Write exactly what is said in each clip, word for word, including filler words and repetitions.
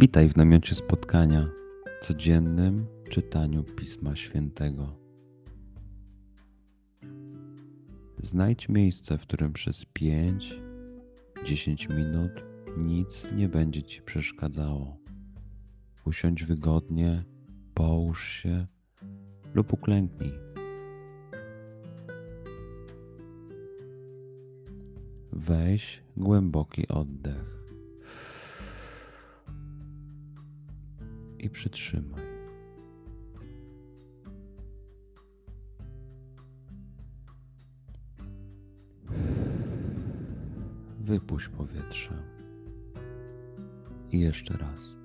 Witaj w namiocie spotkania, codziennym czytaniu Pisma Świętego. Znajdź miejsce, w którym przez pięć do dziesięciu minut nic nie będzie Ci przeszkadzało. Usiądź wygodnie, połóż się lub uklęknij. Weź głęboki oddech i przytrzymaj. Wypuść powietrze. I jeszcze raz.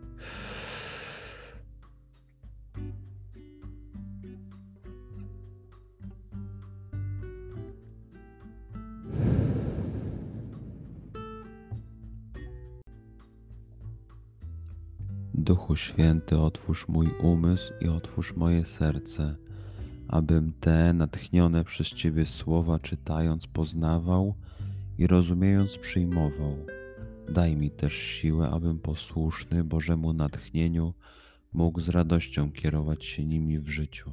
Duchu Święty, otwórz mój umysł i otwórz moje serce, abym te natchnione przez Ciebie słowa czytając poznawał i rozumiejąc przyjmował. Daj mi też siłę, abym posłuszny Bożemu natchnieniu mógł z radością kierować się nimi w życiu.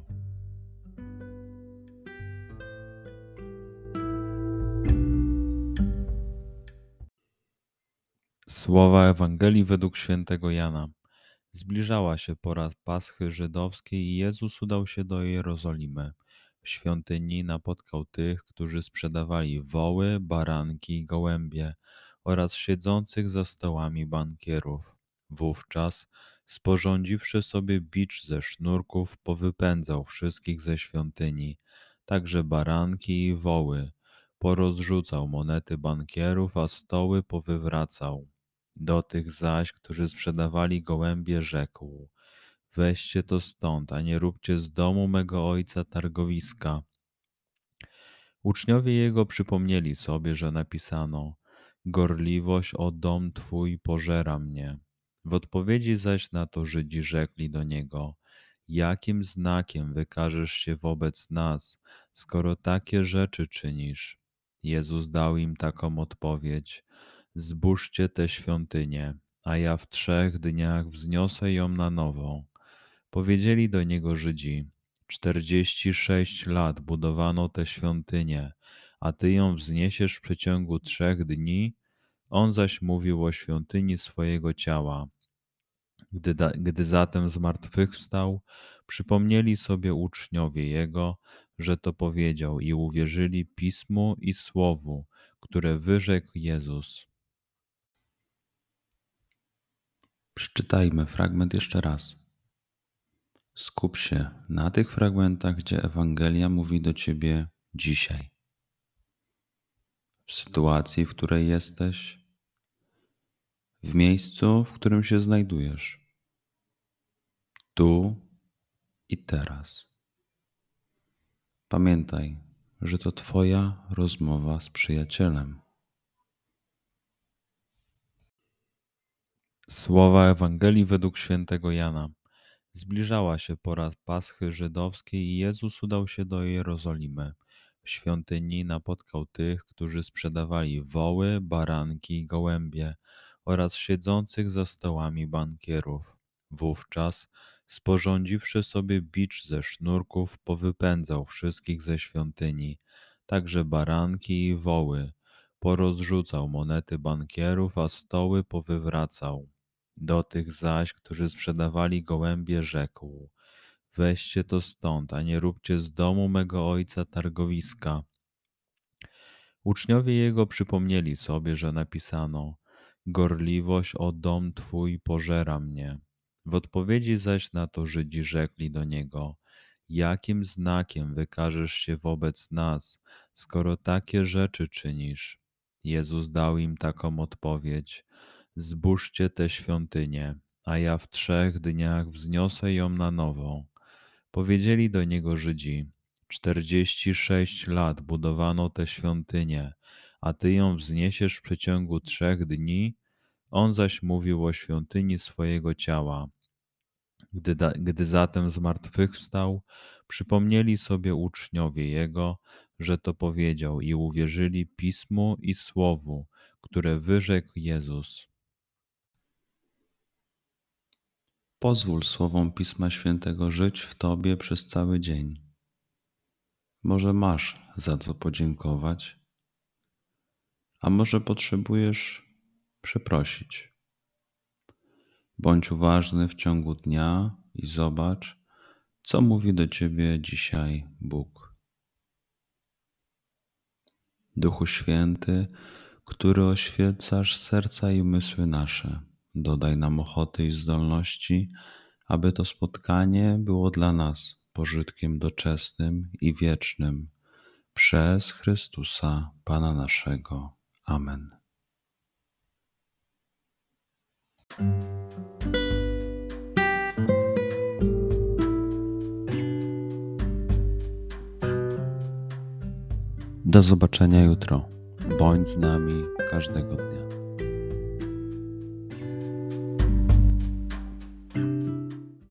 Słowa Ewangelii według świętego Jana. Zbliżała się pora Paschy żydowskiej i Jezus udał się do Jerozolimy. W świątyni napotkał tych, którzy sprzedawali woły, baranki i gołębie oraz siedzących za stołami bankierów. Wówczas, sporządziwszy sobie bicz ze sznurków, powypędzał wszystkich ze świątyni, także baranki i woły. Porozrzucał monety bankierów, a stoły powywracał. Do tych zaś, którzy sprzedawali gołębie, rzekł: weźcie to stąd, a nie róbcie z domu mego ojca targowiska. Uczniowie jego przypomnieli sobie, że napisano: gorliwość o dom twój pożera mnie. W odpowiedzi zaś na to Żydzi rzekli do niego: jakim znakiem wykażesz się wobec nas, skoro takie rzeczy czynisz? Jezus dał im taką odpowiedź: zburzcie tę świątynię, a ja w trzech dniach wzniosę ją na nowo. Powiedzieli do niego Żydzi: czterdzieści sześć lat budowano tę świątynię, a ty ją wzniesiesz w przeciągu trzech dni? On zaś mówił o świątyni swojego ciała. Gdy, da, gdy zatem zmartwychwstał, przypomnieli sobie uczniowie jego, że to powiedział, i uwierzyli Pismu i Słowu, które wyrzekł Jezus. Przeczytajmy fragment jeszcze raz. Skup się na tych fragmentach, gdzie Ewangelia mówi do Ciebie dzisiaj. W sytuacji, w której jesteś, w miejscu, w którym się znajdujesz, tu i teraz. Pamiętaj, że to Twoja rozmowa z przyjacielem. Słowa Ewangelii według świętego Jana. Zbliżała się pora Paschy żydowskiej i Jezus udał się do Jerozolimy. W świątyni napotkał tych, którzy sprzedawali woły, baranki i gołębie oraz siedzących za stołami bankierów. Wówczas, sporządziwszy sobie bicz ze sznurków, powypędzał wszystkich ze świątyni, także baranki i woły. Porozrzucał monety bankierów, a stoły powywracał. Do tych zaś, którzy sprzedawali gołębie, rzekł: weźcie to stąd, a nie róbcie z domu mego ojca targowiska. Uczniowie jego przypomnieli sobie, że napisano: gorliwość o dom twój pożera mnie. W odpowiedzi zaś na to Żydzi rzekli do niego: jakim znakiem wykażesz się wobec nas, skoro takie rzeczy czynisz? Jezus dał im taką odpowiedź: zburzcie tę świątynię, a ja w trzech dniach wzniosę ją na nowo. Powiedzieli do niego Żydzi: czterdzieści sześć lat budowano tę świątynię, a ty ją wzniesiesz w przeciągu trzech dni? On zaś mówił o świątyni swojego ciała. Gdy, da, gdy zatem zmartwychwstał, przypomnieli sobie uczniowie jego, że to powiedział, i uwierzyli Pismu i Słowu, które wyrzekł Jezus. Pozwól słowom Pisma Świętego żyć w Tobie przez cały dzień. Może masz za co podziękować, a może potrzebujesz przeprosić. Bądź uważny w ciągu dnia i zobacz, co mówi do Ciebie dzisiaj Bóg. Duchu Święty, który oświecasz serca i umysły nasze, dodaj nam ochoty i zdolności, aby to spotkanie było dla nas pożytkiem doczesnym i wiecznym. Przez Chrystusa, Pana naszego. Amen. Do zobaczenia jutro. Bądź z nami każdego dnia.